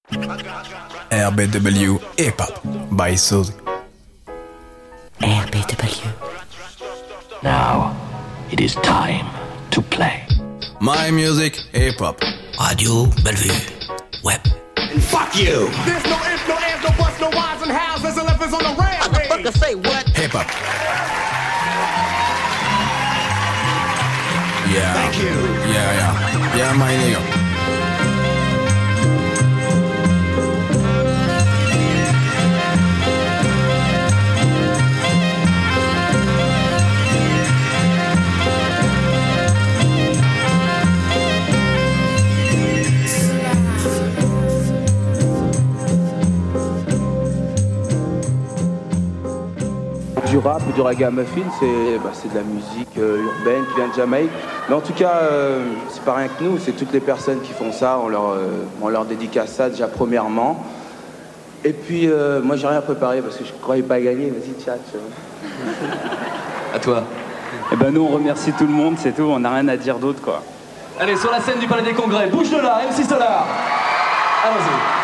RBW Hip Hop by Suzy. RBW. Now it is time to play. My music, hip hop. Radio Bellevue. Web. And fuck you! There's no ifs, no ands, no buts, no whys and hows. There's 11s on the rampage. What the fuck say what? Hip hop. Yeah. Thank you. Yeah, my nigga. Du rap ou du ragamuffin, c'est de la musique urbaine qui vient de Jamaïque. Mais en tout cas, c'est pas rien que nous, c'est toutes les personnes qui font ça. On leur dédicace ça déjà premièrement. Et puis, moi j'ai rien préparé parce que je croyais pas gagner. Vas-y, chat. À toi. Et ben nous on remercie tout le monde, c'est tout. On n'a rien à dire d'autre quoi. Allez, sur la scène du Palais des Congrès, bouge de là, M6 $. Allons-y.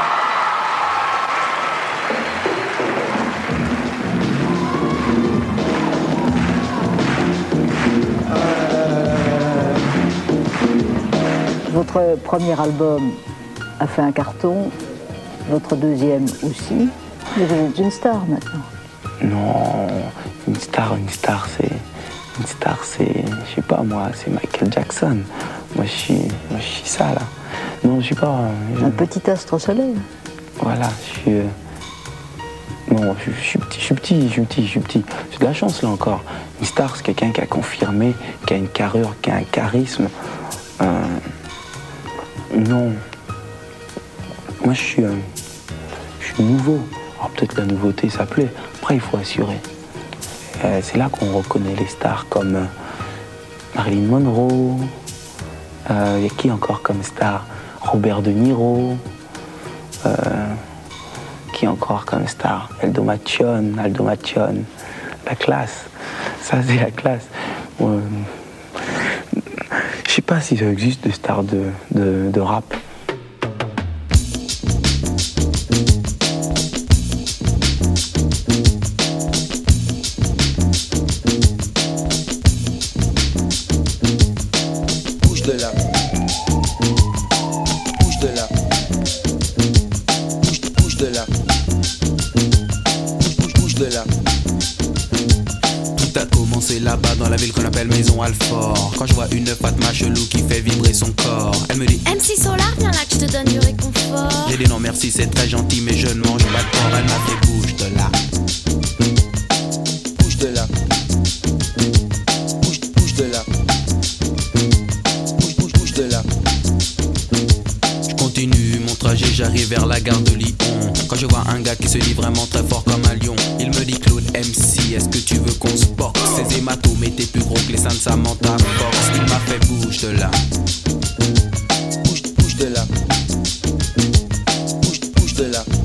Votre premier album a fait un carton, votre deuxième aussi. Mais vous êtes une star maintenant. Non, une star, c'est, je sais pas moi, c'est Michael Jackson. Moi, je suis ça là. Non, je suis pas. Un petit astre au soleil. Voilà, non, je suis petit. J'ai de la chance là encore. Une star, c'est quelqu'un qui a confirmé, qui a une carrure, qui a un charisme. Non. Moi, je suis nouveau. Alors peut-être la nouveauté, ça plaît. Après, il faut assurer. C'est là qu'on reconnaît les stars comme Marilyn Monroe. Il y a qui encore comme star? Robert De Niro. Qui encore comme star? Aldo Machon. La classe. Ça, c'est la classe. Je sais pas si ça existe des stars de rap. Bouge de là. Bouge de là. Bouge de là. Bouge de là. Tout a commencé là-bas dans la ville qu'on appelle Maison Alfort. Quand je vois une Fatma chelou qui fait vibrer son corps, elle me dit MC Solar, viens là que je te donne du réconfort. J'ai dit non merci, c'est très gentil mais je ne mange pas de porc. Elle m'a fait bouge de là. Bouge de là. Bouge de là. Bouge de là. Je continue mon trajet, j'arrive vers la gare de Lyon. Quand je vois un gars qui se dit vraiment très fort comme un lion, il me dit Claude MC, est-ce que tu veux qu'on se boxe? Ses hématomes étaient plus gros que les seins de Samantha Fox. Il m'a fait bouge de là. Bouge de là. Bouge de là.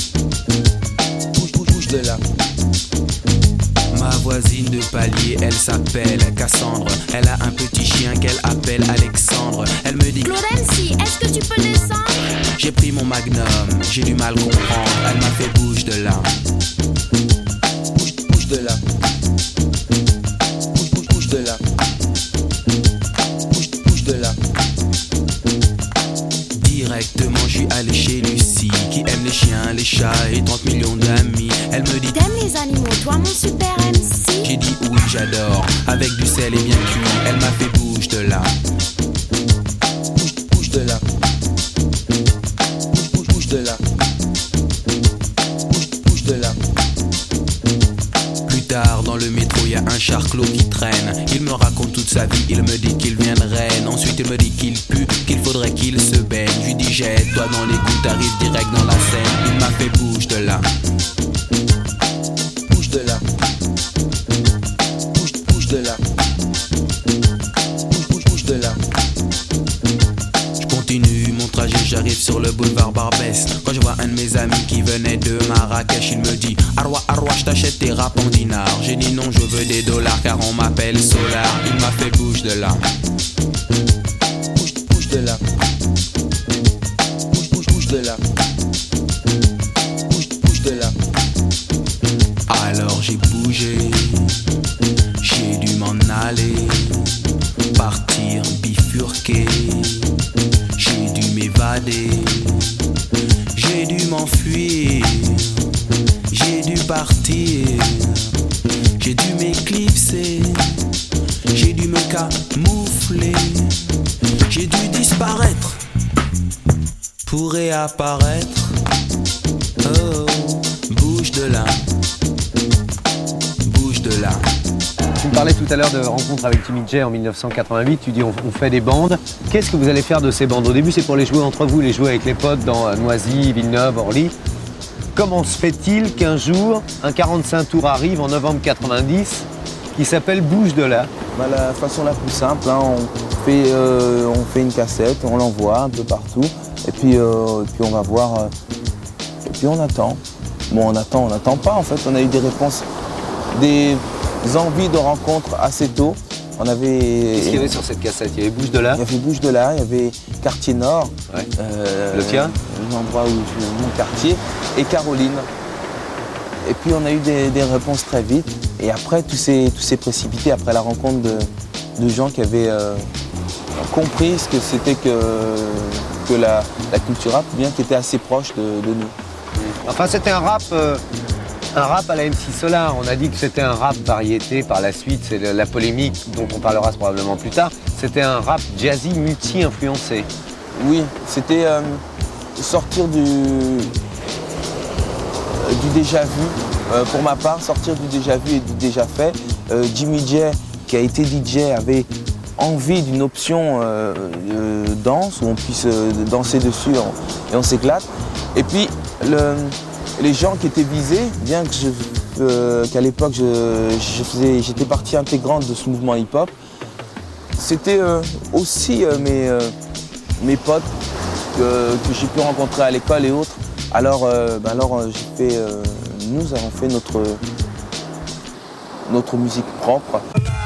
Bouge de là. Ma voisine de palier, elle s'appelle Cassandre. Elle a un petit chien qu'elle appelle Alexandre. Elle me dit Claude MC, est-ce que tu peux descendre? J'ai pris mon magnum, j'ai du mal comprendre. Elle m'a fait bouge de là. Bouge de là. Bouge de là. Bouge de là. Directement, je suis allé chez Lucie, qui aime les chiens, les chats et 30 millions d'amis. Elle me dit T'aimes les animaux, toi mon super MC? J'ai dit oui, j'adore, avec du sel et bien cuit. Elle m'a fait bouge de là. Bouge de là. Bouge de là. Bouge de là. Plus tard, dans le métro, il y a un charclot qui traîne. Il me raconte toute sa vie, il me dit qu'il vient de Rennes. Ensuite, il me dit qu'il pue, qu'il faudrait qu'il se baigne. Je lui dis jette-toi dans l'égout, t'arrives direct dans la Seine. Il m'a fait bouge de là. Bouge de là. Bouge de là. Bouge de là. Je continue mon trajet, j'arrive sur le boulevard Barbès. Quand je vois un de mes amis qui venait de Marrakech, il me dit Arwa, je t'achète tes rap en dinars. J'ai dit non, je veux des dollars car on m'appelle Solar. Il m'a fait bouge de là. Bouge de là. Bouge de là. bouger, j'ai dû m'en aller, partir, bifurquer, j'ai dû m'évader, j'ai dû m'enfuir, j'ai dû partir, j'ai dû m'éclipser, j'ai dû me camoufler, j'ai dû disparaître pour réapparaître. Oh, bouge de là, bouge de là. Tu me parlais tout à l'heure de rencontre avec Jimmy J en 1988, tu dis on fait des bandes. Qu'est-ce que vous allez faire de ces bandes? Au début c'est pour les jouer entre vous, les jouer avec les potes dans Noisy, Villeneuve, Orly. Comment se fait-il qu'un jour, un 45 tours arrive en novembre 90 qui s'appelle Bouge de là? La façon la plus simple, hein, on fait une cassette, on l'envoie un peu partout et puis on va voir et puis on attend. Bon, on n'attend pas en fait, on a eu des réponses, des envies de rencontres assez tôt. On avait... Qu'est-ce qu'il y avait sur cette cassette? Il y avait Bouge de là? Il y avait Bouge de là, il y avait Quartier Nord, ouais. Le tien? L'endroit où mon quartier, et Caroline. Et puis on a eu des réponses très vite. Et après, tout s'est précipité après la rencontre de gens qui avaient compris ce que c'était que la culture rap, bien qui était assez proche de nous. Enfin, c'était un rap à la MC Solar. On a dit que c'était un rap variété par la suite. C'est la polémique dont on parlera probablement plus tard. C'était un rap jazzy multi-influencé. Oui, c'était sortir du déjà vu. Pour ma part, sortir du déjà vu et du déjà fait. Jimmy J, qui a été DJ, avait envie d'une option danse où on puisse danser dessus et on s'éclate. Et puis les gens qui étaient visés, bien que qu'à l'époque j'étais partie intégrante de ce mouvement hip-hop, c'était aussi mes potes que j'ai pu rencontrer à l'école et autres. Alors nous avons fait notre musique propre.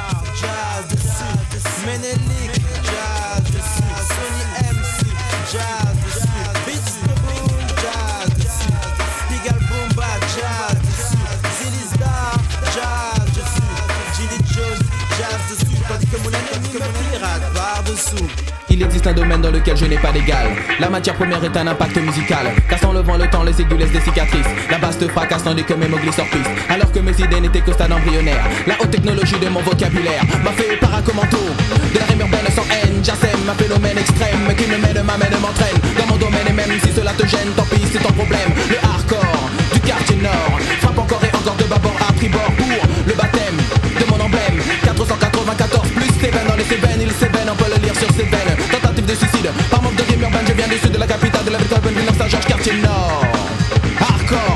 Il existe un domaine dans lequel je n'ai pas d'égal. La matière première est un impact musical. Cassant le vent, le temps, les aigus laissent des cicatrices. La basse te fracasse tandis que mes mots glissent hors piste. Alors que mes idées n'étaient qu'au stade embryonnaire. La haute technologie de mon vocabulaire m'a fait paracommando. De la rime urbaine sans haine, j'assème un phénomène extrême qui me mène, m'amène, m'entraîne dans mon domaine. Et même si cela te gêne, tant pis, c'est ton problème. Le hardcore du quartier nord frappe encore et encore de bâbord à tribord pour le baptême de mon emblème. 494 plus tes veines dans les Cévennes, il s'évène, on peut le lire sur ses veines. Tentative de suicide, par manque de rime urbaine, je viens du sud de la capitale de la métropole Villeneuve Saint-Georges, quartier nord. Hardcore.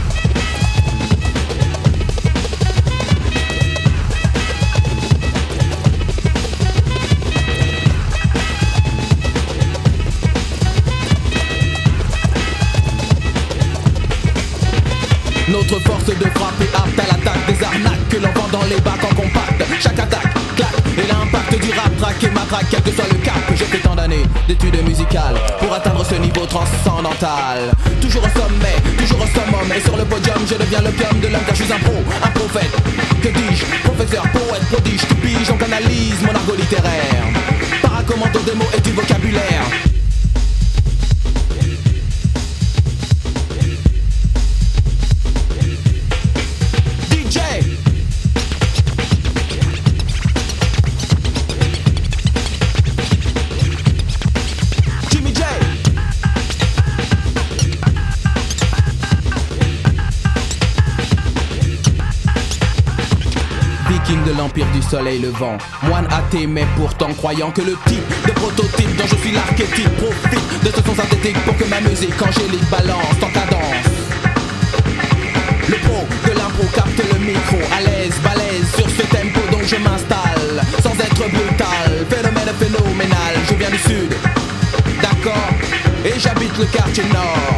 Notre force de frappe est apte à l'attaque des arnaques que l'on vend dans les bacs en compact. Chaque attaque, claque, et l'impact du rap traque et matraque, quel que soit le cap. J'ai fait tant d'années d'études musicales pour atteindre ce niveau transcendantal. Toujours au sommet, toujours au summum, et sur le podium je deviens l'opium de l'homme car je suis un pro, un prophète. Que dis-je, professeur, poète, prodige, tu piges, on canalise mon argot littéraire. Paracommando des mots et du vocabulaire. De l'empire du soleil levant, moine athée mais pourtant croyant que le type de prototype dont je suis l'archétype profite de ce son synthétique pour que ma musique angélique balance en cadence. Le pro de l'impro capte le micro, à l'aise, balèze sur ce tempo donc je m'installe sans être brutal, phénomène phénoménal. Je viens du sud, d'accord, et j'habite le quartier nord.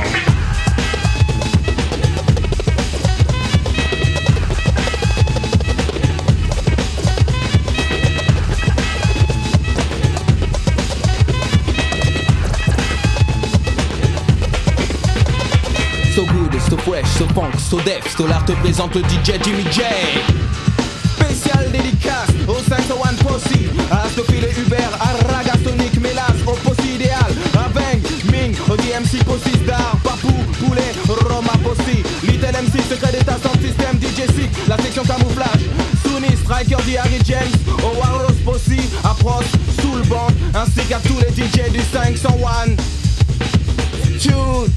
So good, so fresh, so funk, so def. Solar te présente le DJ Jimmy J. Spécial dédicace au 501 Posse, à Stophile Hubert, à Ragasonic, Mélas, au Posse idéal, à Bang, Ming, au DMC Posse Star, Papou, Poulet, Roma Posse, Little MC, Secret d'État, Sound System, DJ Sick, la section camouflage, Sunny, Striker, Harry James, au Warlords Posse, Approche, Soul Band, ainsi qu'à tous les DJ du 501. Tune.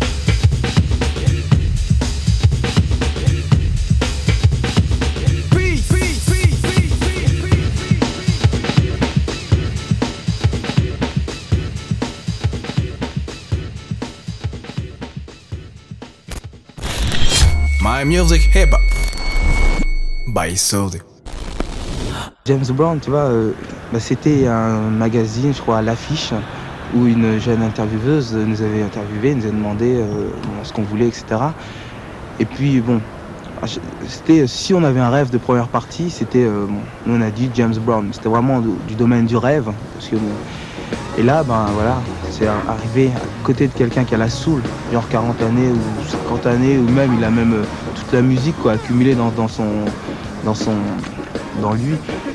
My Music Hip Hop by Soulja. James Brown, tu vois, c'était un magazine, je crois, à l'affiche, où une jeune intervieweuse nous avait interviewé, nous a demandé ce qu'on voulait, etc. Et puis, bon, c'était, si on avait un rêve de première partie, c'était, nous on a dit James Brown. C'était vraiment du domaine du rêve. Parce que, et là, ben voilà, c'est arrivé à côté de quelqu'un qui a la soul, genre 40 années ou 50 années, ou même il a même toute la musique quoi, accumulée dans lui.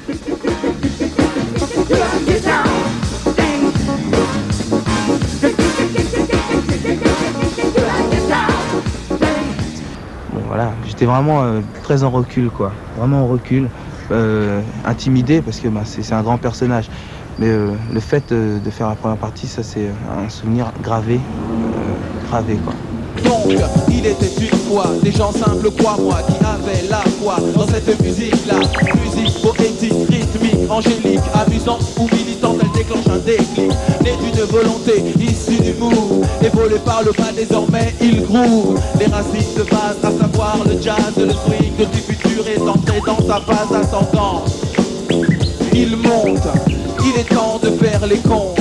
Bon voilà, j'étais vraiment très en recul quoi, vraiment en recul, intimidé parce que c'est un grand personnage. Mais le fait de faire la première partie, ça c'est un souvenir gravé quoi. Donc, il était une fois des gens simples, crois-moi, qui avaient la foi dans cette musique-là. Musique poétique, rythmique, angélique, amusante ou militante, elle déclenche un déclic. Née d'une volonté issue du move, évolué par le bas, désormais il groove. Les racines de base, à savoir le jazz, le swing du futur est entré dans sa phase ascendante. Il monte, il est temps de faire les comptes.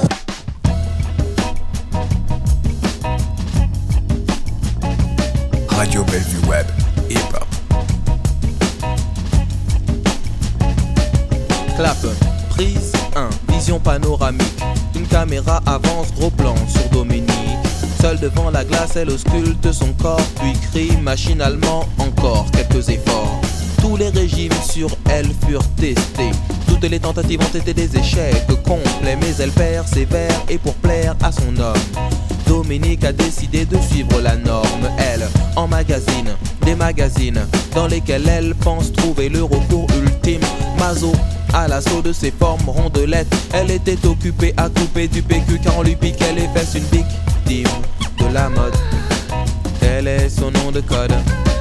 Radio Bellevue Web, hip-hop. Clap, prise 1, vision panoramique. Une caméra avance, gros plan sur Dominique. Seule devant la glace, elle ausculte son corps, puis crie machinalement encore quelques efforts. Tous les régimes sur elle furent testés. Toutes les tentatives ont été des échecs complets, mais elle persévère et pour plaire à son homme, Dominique a décidé de suivre la norme. Elle emmagasine des magazines dans lesquels elle pense trouver le recours ultime. Mazo à l'assaut de ses formes rondelettes, elle était occupée à couper du PQ car on lui piquait les fesses. Une victime de la mode, tel est son nom de code.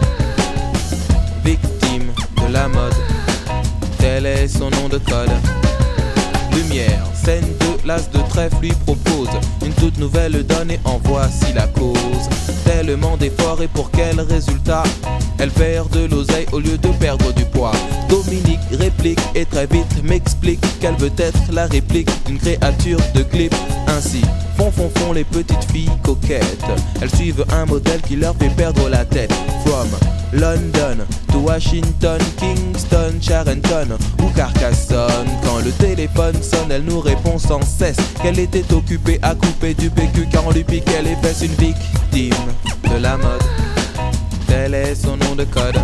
Victime de la mode, tel est son nom de code. Lumière, scène 2, l'as de trèfle lui propose une toute nouvelle donne et en voici la cause. Tellement d'efforts et pour quel résultat? Elle perd de l'oseille au lieu de perdre du poids. Dominique réplique et très vite m'explique qu'elle veut être la réplique d'une créature de clip. Ainsi font les petites filles coquettes. Elles suivent un modèle qui leur fait perdre la tête. From London to Washington, Kingston, Charenton ou Carcassonne. Quand le téléphone sonne, elle nous répond sans cesse qu'elle était occupée à couper du PQ car on lui piquait les fesses. Une victime de la mode, tel est son nom de code.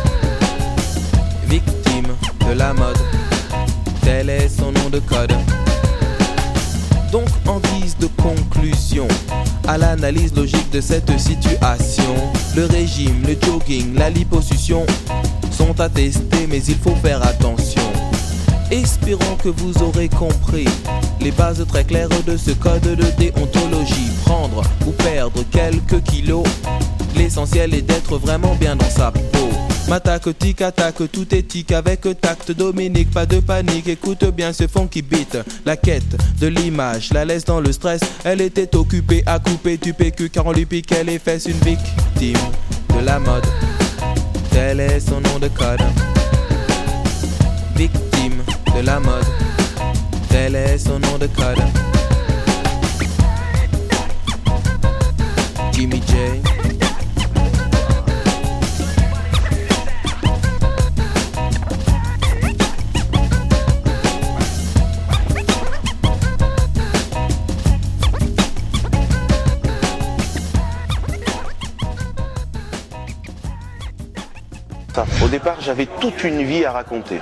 Victime de la mode, tel est son nom de code. Donc en guise de conclusion à l'analyse logique de cette situation, le régime, le jogging, la liposuction sont à tester mais il faut faire attention. Espérons que vous aurez compris les bases très claires de ce code de déontologie. Prendre ou perdre quelques kilos, l'essentiel est d'être vraiment bien dans sa peau. M'attaque, tic, attaque, tout éthique avec tact. Dominique, pas de panique, écoute bien ce funky beat. La quête de l'image la laisse dans le stress. Elle était occupée à couper du PQ car on lui piquait les fesses. Une victime de la mode, tel est son nom de code. Victime de la mode, tel est son nom de code. Jimmy J. Au départ, j'avais toute une vie à raconter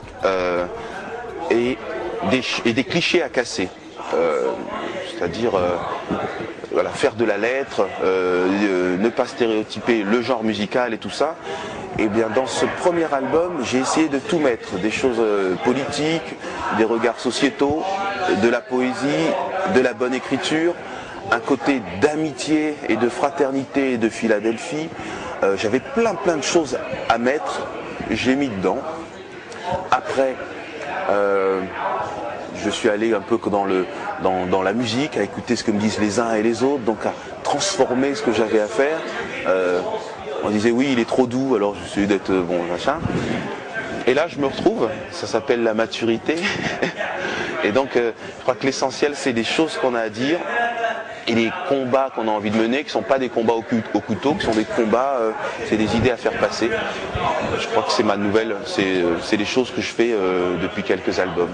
et des clichés à casser. C'est-à-dire voilà, faire de la lettre, ne pas stéréotyper le genre musical et tout ça. Et bien dans ce premier album, j'ai essayé de tout mettre, des choses politiques, des regards sociétaux, de la poésie, de la bonne écriture, un côté d'amitié et de fraternité et de Philadelphie. J'avais plein de choses à mettre, je l'ai mis dedans. Après, je suis allé un peu dans la musique, à écouter ce que me disent les uns et les autres, donc à transformer ce que j'avais à faire. On disait oui, il est trop doux, alors je suis d'être bon, machin. Et là, je me retrouve, ça s'appelle la maturité. Et donc, je crois que l'essentiel, c'est des choses qu'on a à dire et les combats qu'on a envie de mener, qui ne sont pas des combats au couteau, qui sont des combats, c'est des idées à faire passer. Je crois que c'est ma nouvelle, c'est des choses que je fais depuis quelques albums.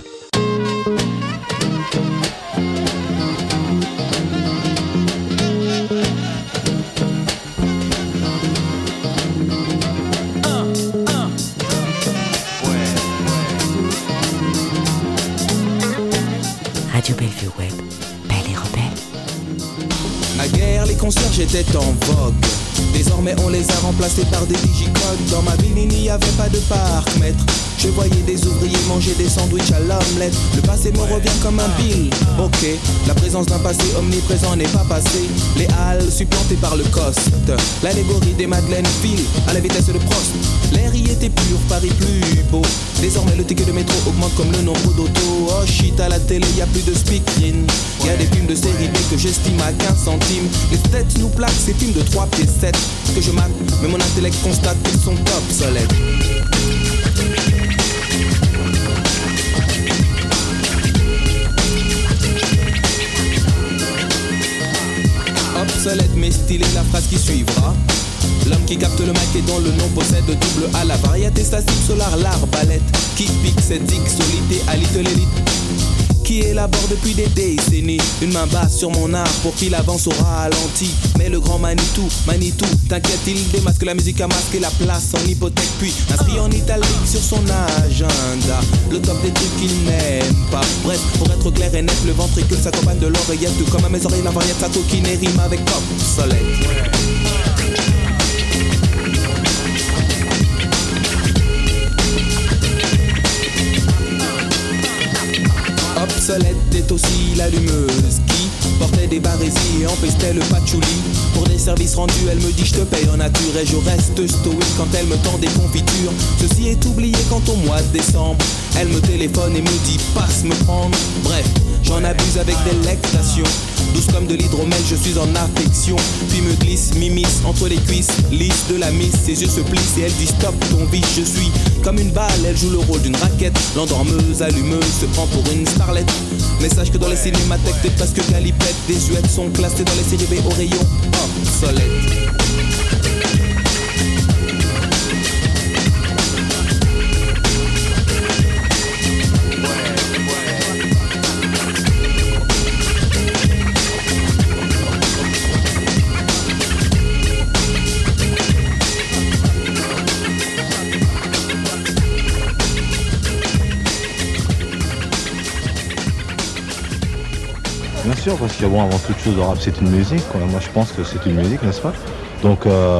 Radio Bellevue Web, belle et rebelle. Naguère, les concierges étaient en vogue. Désormais on les a remplacés par des digicodes. Dans ma ville il n'y avait pas de parc-mètre. Je voyais des ouvriers manger des sandwichs à l'omelette. Le passé me revient comme un bill. Ok, la présence d'un passé omniprésent n'est pas passé. Les halles supplantées par le coste. L'allégorie des Madeleines file à la vitesse de Prost. L'air y était pur, Paris plus beau. Désormais le ticket de métro augmente comme le nombre d'autos. Oh shit, à la télé y a plus de speaking. Y a des films de série B que j'estime à 15 centimes. Les têtes nous plaquent ces films de 3 pieds 7 que je mate, mais mon intellect constate qu'ils sont obsolètes. Obsolète mais stylé, la phrase qui suivra. L'homme qui capte le mic et dont le nom possède double A. La variété statique solar, l'arbalète qui pique cette solité à l'élite. Qui élabore depuis des décennies une main basse sur mon art pour qu'il avance au ralenti. Mais le grand Manitou, t'inquiète, il démasque la musique à masquer la place en hypothèque. Puis inscrit en italique sur son agenda le top des trucs qu'il n'aime pas. Bref, pour être clair et net, le ventricule s'accompagne de l'oreillette. Tout comme à mes oreilles, la variette, sa coquine et rime avec obsolète. Obsolète est aussi l'allumeuse qui portait des barésies et empestait le patchouli. Pour des services rendus, elle me dit je te paye en nature et je reste stoïque quand elle me tend des confitures. Ceci est oublié quand au mois de décembre, elle me téléphone et me dit passe me prendre. Bref, j'en abuse avec délectation. Douce comme de l'hydromel, je suis en affection. Puis me glisse, m'immisce entre les cuisses, lisse de la miss. Ses yeux se plissent et elle dit stop ton vice. Je suis comme une balle, elle joue le rôle d'une raquette. L'endormeuse, allumeuse, se prend pour une starlette. Mais sache que dans les cinémathèques, t'es presque galipette. Des huettes sont classées dans les séries B au rayon obsolète. Bien sûr, parce que bon, avant toute chose, le rap c'est une musique, quoi. Moi je pense que c'est une musique, n'est-ce pas? Donc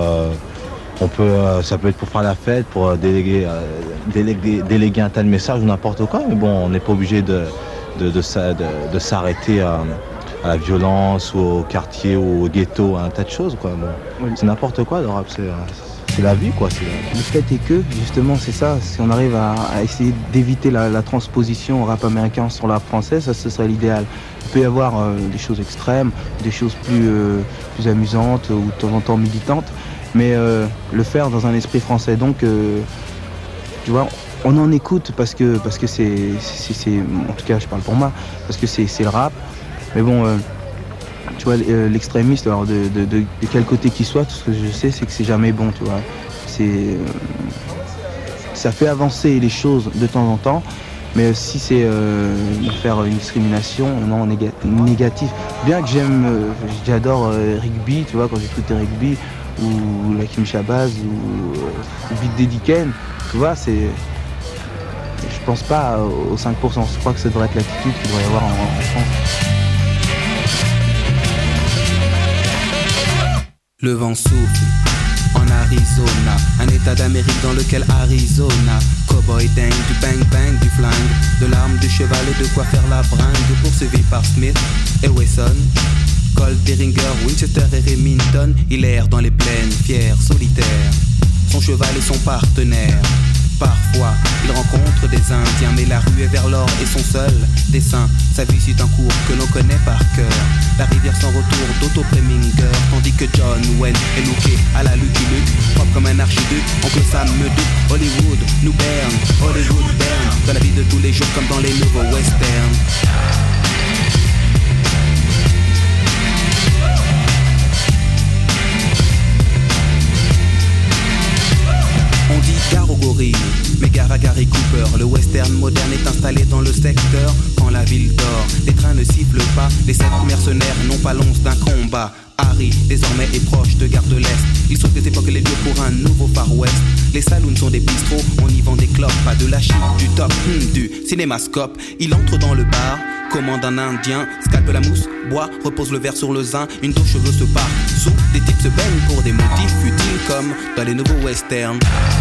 ça peut être pour faire la fête, pour déléguer un tel message ou n'importe quoi, mais bon, on n'est pas obligé de s'arrêter à la violence ou au quartier ou au ghetto, à un tas de choses, quoi. Bon, oui. C'est n'importe quoi, le rap, c'est la vie, quoi. Le fait est que, justement, c'est ça, si on arrive à essayer d'éviter la transposition au rap américain sur le rap français, ça ce serait l'idéal. Il peut y avoir des choses extrêmes, des choses plus amusantes ou de temps en temps militantes, mais le faire dans un esprit français. Donc, tu vois, on en écoute parce que c'est, en tout cas je parle pour moi, parce que c'est le rap. Mais bon, tu vois, l'extrémiste, alors de quel côté qu'il soit, tout ce que je sais, c'est que c'est jamais bon, tu vois. Ça fait avancer les choses de temps en temps, mais si c'est faire une discrimination, non, négatif. Bien que j'adore Rick B, tu vois, quand j'écoute Rick B, ou Lakim Shabazz ou Beat Daddy Kane. Tu vois, c'est... Je pense pas aux 5%, je crois que ça devrait être l'attitude qu'il devrait y avoir en France. Le vent souffle en Arizona, un état d'Amérique dans lequel Arizona, cowboy dingue, du bang bang, du flingue, de l'arme, du cheval et de quoi faire la bringue, poursuivi par Smith et Wesson, Colt, Derringer, Winchester et Remington. Il erre dans les plaines, fier, solitaire, son cheval est son partenaire. Parfois, il rencontre des Indiens, mais la rue est vers l'or et son seul dessin. Sa vie suit un cours que l'on connaît par cœur. La rivière sans retour d'Otto Preminger, tandis que John Wayne est looké à la Lucky Luke, propre comme un archiduc. Oncle Sam me doute, Hollywood nous berne, Hollywood berne, dans la vie de tous les jours comme dans les nouveaux westerns. On dit gare aux gorilles, mais gare à Gary Cooper. Le western moderne est installé dans le secteur. Quand la ville dort, les trains ne sifflent pas. Les 7 mercenaires n'ont pas l'once d'un combat. Harry, désormais, est proche de Gare de l'Est. Il sauve des époques et les lieux pour un nouveau Far West. Les saloons sont des bistrots, on y vend des clopes. Pas de la chip, du top, du cinémascope. Il entre dans le bar, commande un indien, scalpe la mousse, boit, repose le verre sur le zin. Une dos cheveux se part, sous des types se baignent pour des motifs futiles comme dans les nouveaux westerns.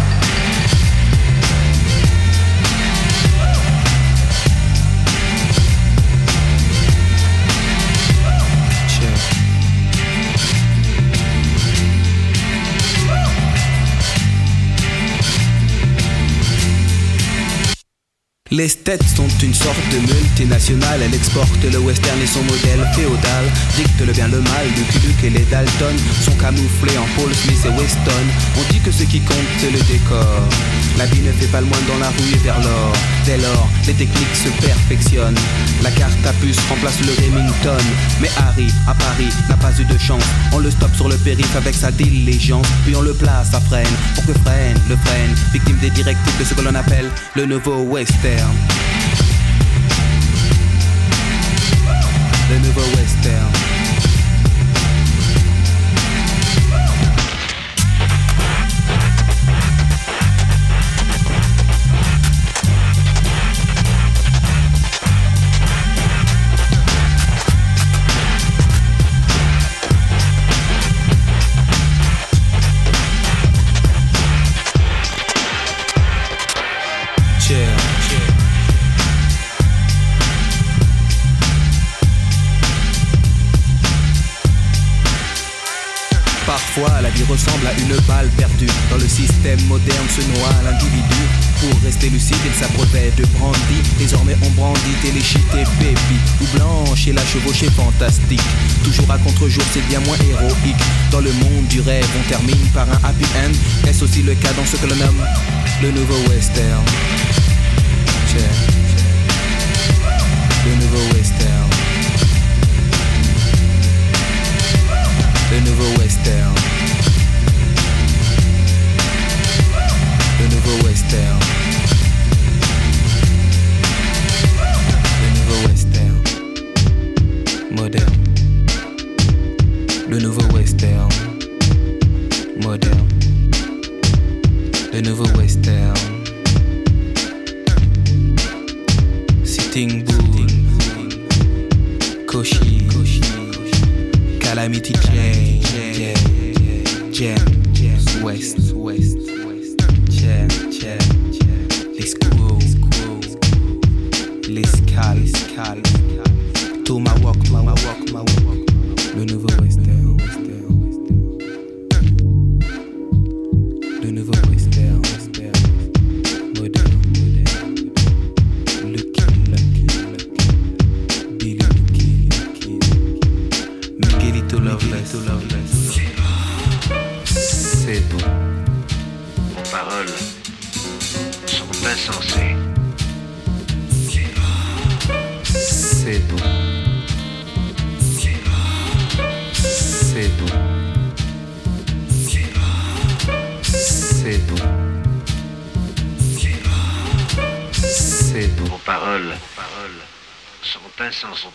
Les States sont une sorte de multinationale. Elle exporte le western et son modèle féodal. Dicte le bien, le mal, Lucky Luke et les Dalton sont camouflés en Paul Smith et Weston. On dit que ce qui compte c'est le décor. La vie ne fait pas le moine dans la rue et vers l'or. Dès lors, les techniques se perfectionnent. La carte à puce remplace le Remington. Mais Harry, à Paris, n'a pas eu de chance. On le stoppe sur le périph' avec sa diligence. Puis on le place à freine, pour que freine, le freine. Victime des directives de ce que l'on appelle le nouveau western. Le nouveau western. Parfois, la vie ressemble à une balle perdue. Dans le système moderne se noie l'individu. Pour rester lucide, il s'abreuvait de brandy. Désormais, on brandit téléchité baby. Ou blanche et la chevauchée fantastique. Toujours à contre-jour, c'est bien moins héroïque. Dans le monde du rêve, on termine par un happy end. Est-ce aussi le cas dans ce que l'on nomme le nouveau western? Le nouveau western. Le nouveau western. Le nouveau western. Le nouveau western. Moderne. Le nouveau western. Moderne. Le nouveau western. Sitting Bull. Koshi. Calamity Jam, West, Jam, les Squirrels, les Scal, Tomahawk, le nouveau western, le nouveau western, moderne, Lucky, Billy Lucky, Miguelito Loveless. C'est bon. Vos paroles sont insensées. C'est bon. C'est bon. C'est bon. C'est bon. Vos paroles sont insensées.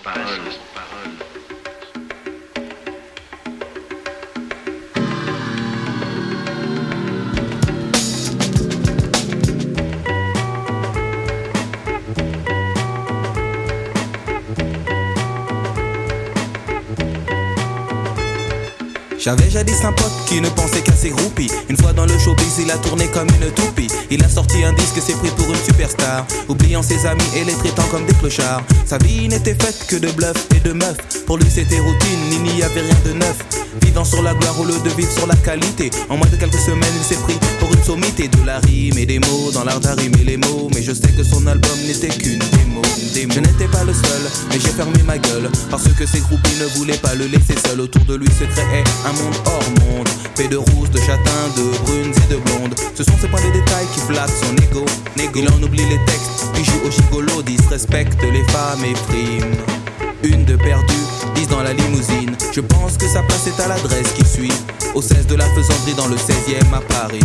J'avais jadis un pote qui ne pensait qu'à ses groupies. Une fois dans le showbiz, il a tourné comme une toupie. Il a sorti un disque, s'est pris pour une superstar, oubliant ses amis et les traitant comme des clochards. Sa vie n'était faite que de bluff et de meufs. Pour lui c'était routine, il n'y avait rien de neuf. Vivant sur la gloire au lieu de vivre sur la qualité. En moins de quelques semaines, il s'est pris pour une sommité. De la rime et des mots, dans l'art d'arrimer les mots. Mais je sais que son album n'était qu'une démo. Je n'étais pas le seul, mais j'ai fermé ma gueule, parce que ses groupies ne voulaient pas le laisser seul. Autour de lui se créait un monde hors monde, fait de rousses, de châtains, de brunes et de blondes. Ce sont ces points de détail qui flattent son ego. Il en oublie les textes, puis joue au gigolo, disrespecte les femmes et frime. Une de perdue, 10 dans la limousine. Je pense que sa place est à l'adresse qui suit, au 16 de la Faisanderie dans le 16e à Paris.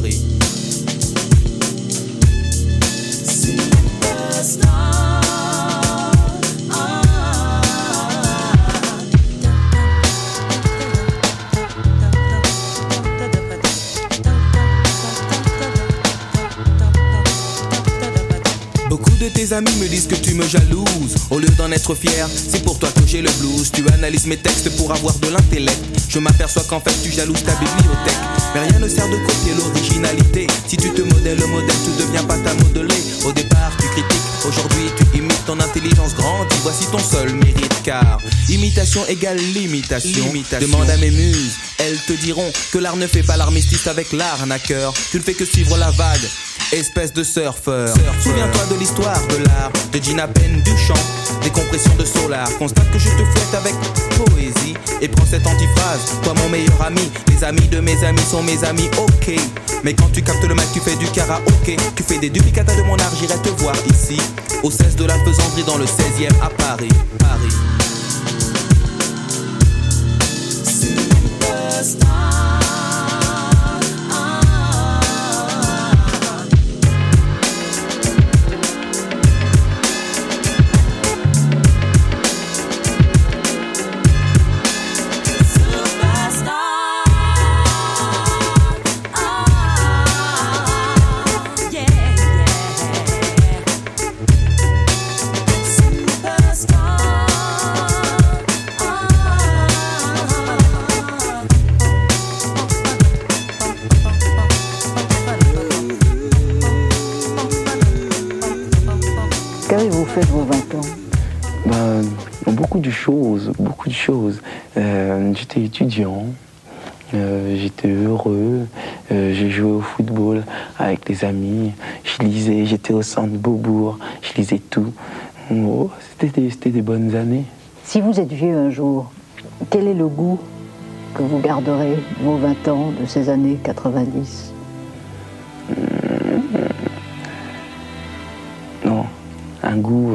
Beaucoup de tes amis me disent que tu me jalouses. Au lieu d'en être fier, c'est pour toi que j'ai le blues. Tu analyses mes textes pour avoir de l'intellect. Je m'aperçois qu'en fait tu jalouses ta bibliothèque. Mais rien ne sert de copier l'originalité. Si tu te modèles le modèle, tu deviens pas ta modelée. Au départ tu critiques, aujourd'hui tu imites. Ton intelligence grandit, voici ton seul mérite. Car imitation égale limitation. Demande à mes muses, elles te diront que l'art ne fait pas l'armistice avec l'arnaqueur. Tu ne fais que suivre la vague, espèce de surfeur. Souviens-toi de l'histoire de l'art, de Gina Penn Duchamp, des compressions de Solar. Constate que je te fouette avec poésie et prends cette antiphrase, toi mon meilleur ami. Les amis de mes amis sont mes amis, ok. Mais quand tu captes le mic, tu fais du karaoké. Tu fais des duplicata de mon art, j'irai te voir ici, au 16 de la Faisanderie dans le 16e à Paris. Qu'avez-vous fait de vos 20 ans? Beaucoup de choses. J'étais étudiant, j'étais heureux, j'ai joué au football avec les amis, je lisais, j'étais au centre Beaubourg, je lisais tout. Oh, c'était des bonnes années. Si vous êtes vieux un jour, quel est le goût que vous garderez de vos 20 ans, de ces années 90? Non, un goût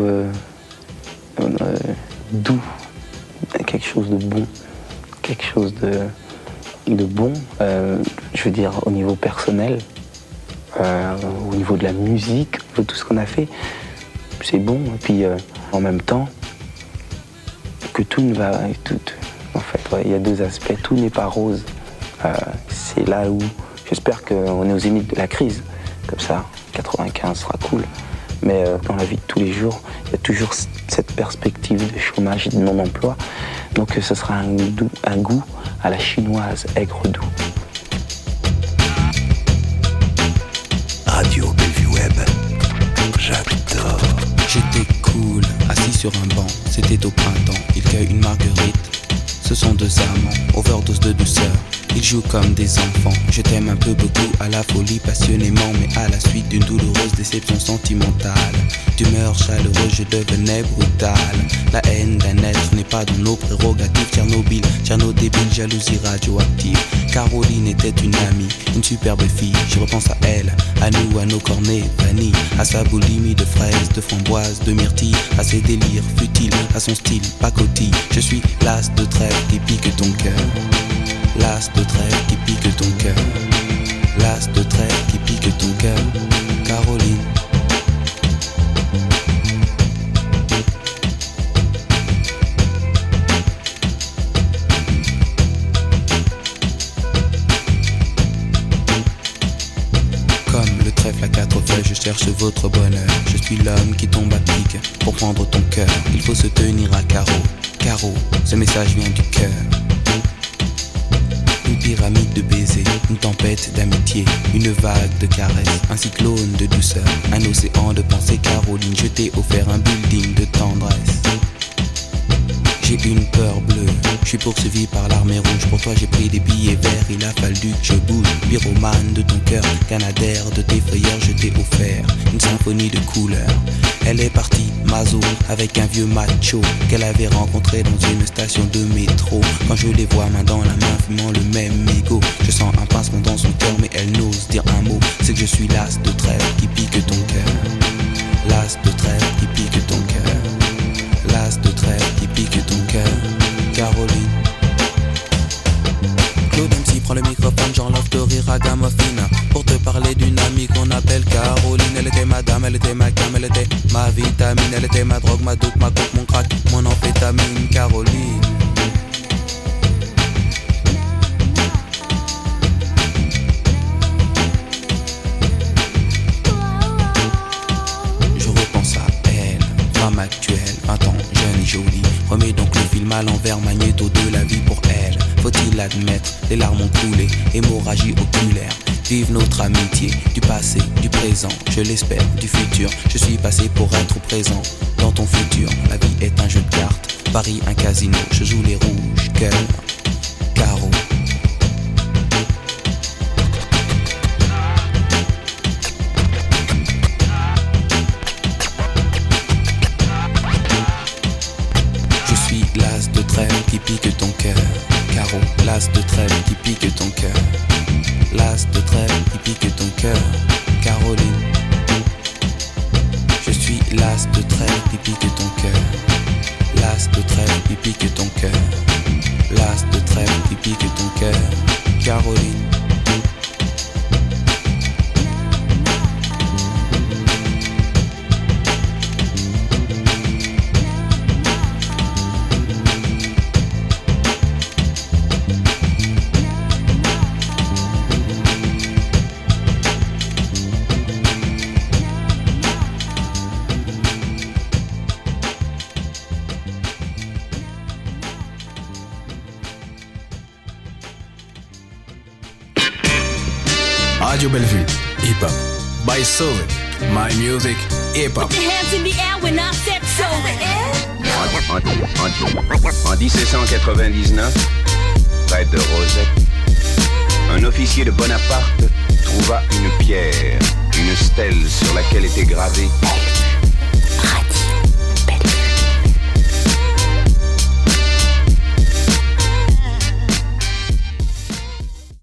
doux, quelque chose de bon, quelque chose de bon, je veux dire au niveau personnel, au niveau de la musique, de tout ce qu'on a fait, c'est bon. Et puis en même temps, que tout ne va, en fait, il y a deux aspects, tout n'est pas rose. C'est là où j'espère qu'on est aux limites de la crise, comme ça, 95 sera cool. Mais dans la vie de tous les jours, il y a toujours cette perspective de chômage et de non-emploi. Donc ce sera un goût à la chinoise, aigre-doux. Radio Bellevue Web, j'adore. J'étais cool, assis sur un banc, c'était au printemps. Il cueille une marguerite, ce sont deux amants, overdose de douceur. Ils jouent comme des enfants, je t'aime un peu beaucoup, à la folie passionnément, mais à la suite d'une douloureuse déception sentimentale. D'humeur chaleureuse, je devenais brutal. La haine d'un être n'est pas dans nos prérogatives. Tchernobyl, débile, jalousie radioactive. Caroline était une amie, une superbe fille. Je repense à elle, à nous, à nos cornets vanille, à sa boulimie de fraises, de framboises, de myrtilles, à ses délires futiles, à son style pacotille. Je suis l'as de trêve qui pique ton cœur. L'as de trêve qui pique ton cœur. L'as de trêve qui pique ton cœur. Caroline. Comme le trèfle à quatre feuilles, je cherche votre bonheur. Je suis l'homme qui tombe à pic pour prendre ton cœur. Il faut se tenir à carreau. Carreau, ce message vient du cœur. pyramide de baisers, une tempête d'amitié, une vague de caresses, un cyclone de douceur, un océan de pensée. Caroline, je t'ai offert un building de tendresse. J'ai une peur bleue, je suis poursuivi par l'armée rouge. Pour toi j'ai pris des billets verts, il a fallu que je bouge. Pyromane de ton cœur, canadaire de tes frayeurs, je t'ai offert une symphonie de couleurs. Elle est partie, Mazo, avec un vieux macho qu'elle avait rencontré dans une station de métro. Quand je les vois main dans la main, fumant le même mégot, je sens un pincement dans son cœur, mais elle n'ose dire un mot. C'est que je suis l'as de trêve qui pique ton cœur. L'as de trêve qui pique ton cœur. L'as de trêve qui pique ton cœur. Caroline. Claude MC prend le microphone, j'enlève de rire à Gamophine pour te parler d'une amie qu'on appelle Caroline. Elle était ma dame, elle était ma gamme, elle était ma vitamine. Elle était ma drogue, ma dope, ma coke, mon crack, mon amphétamine. Caroline. Je repense à elle, femme actuelle, 20 ans, jeune et jolie. Remets donc le film à l'envers, magnéto de la vie pour elle. Faut-il l'admettre, les larmes ont coulé, hémorragie oculaire. Vive notre amitié, du passé, du présent, je l'espère, du futur. Je suis passé pour être présent dans ton futur. La vie est un jeu de cartes, Paris un casino. Je joue les rouges, cœur, carreau. Je suis l'as de trêve qui pique ton cœur. Carreau, l'as de trêve qui pique ton cœur. L'as de trêve qui pique ton cœur. Caroline. Je suis l'as de trêve qui pique ton cœur. L'as de trêve qui pique ton cœur. L'as de trêve qui pique ton cœur. Caroline. Radio Bellevue, hip-hop, by Solid, my music, hip-hop. Put your hands in the air when I said so. En 1799, près de Rosette, un officier de Bonaparte trouva une pierre, une stèle sur laquelle était gravé